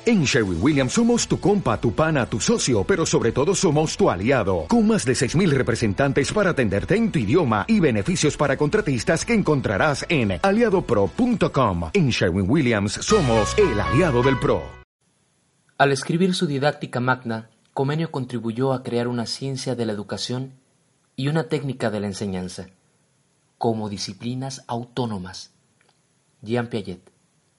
En Sherwin-Williams somos tu compa, tu pana, tu socio, pero sobre todo somos tu aliado, con más de 6,000 representantes para atenderte en tu idioma y beneficios para contratistas que encontrarás en aliadopro.com. En Sherwin-Williams somos el aliado del PRO. Al escribir su didáctica magna, Comenio contribuyó a crear una ciencia de la educación y una técnica de la enseñanza, como disciplinas autónomas. Jean Piaget.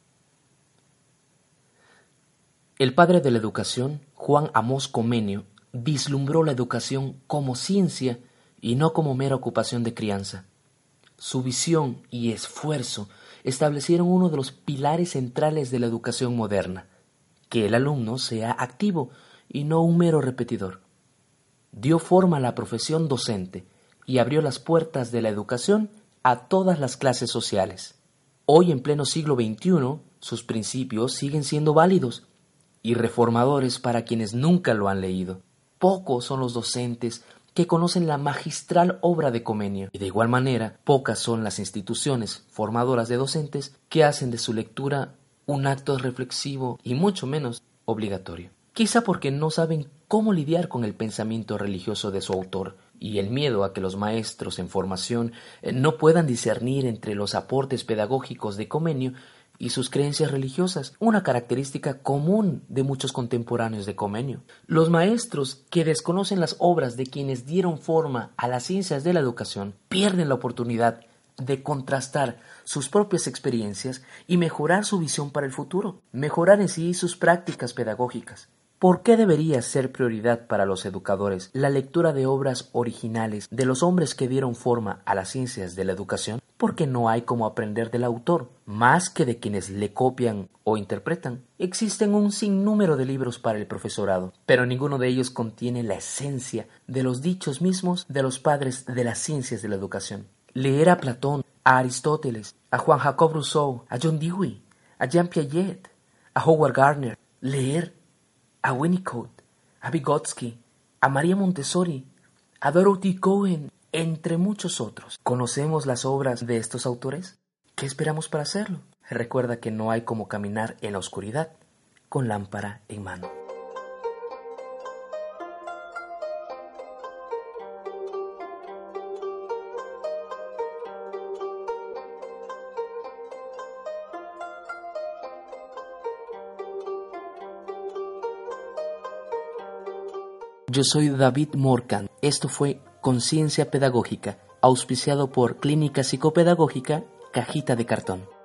El padre de la educación, Juan Amós Comenio, vislumbró la educación como ciencia y no como mera ocupación de crianza. Su visión y esfuerzo establecieron uno de los pilares centrales de la educación moderna, que el alumno sea activo y no un mero repetidor. Dio forma a la profesión docente y abrió las puertas de la educación a todas las clases sociales. Hoy, en pleno siglo XXI, sus principios siguen siendo válidos y reformadores para quienes nunca lo han leído. Pocos son los docentes que conocen la magistral obra de Comenio, y de igual manera, pocas son las instituciones formadoras de docentes que hacen de su lectura un acto reflexivo y mucho menos obligatorio. Quizá porque no saben cómo lidiar con el pensamiento religioso de su autor y el miedo a que los maestros en formación no puedan discernir entre los aportes pedagógicos de Comenio y sus creencias religiosas, una característica común de muchos contemporáneos de Comenio. Los maestros que desconocen las obras de quienes dieron forma a las ciencias de la educación pierden la oportunidad de contrastar sus propias experiencias y mejorar su visión para el futuro, mejorar en sí sus prácticas pedagógicas. ¿Por qué debería ser prioridad para los educadores la lectura de obras originales de los hombres que dieron forma a las ciencias de la educación? Porque no hay como aprender del autor, más que de quienes le copian o interpretan. Existen un sinnúmero de libros para el profesorado, pero ninguno de ellos contiene la esencia de los dichos mismos de los padres de las ciencias de la educación. Leer a Platón, a Aristóteles, a Juan Jacob Rousseau, a John Dewey, a Jean Piaget, a Howard Gardner, leer a Winnicott, a Vygotsky, a María Montessori, a Dorothy Cohen, entre muchos otros. ¿Conocemos las obras de estos autores? ¿Qué esperamos para hacerlo? Recuerda que no hay como caminar en la oscuridad con lámpara en mano. Yo soy David Morcan. Esto fue Conciencia Pedagógica, auspiciado por Clínica Psicopedagógica Cajita de Cartón.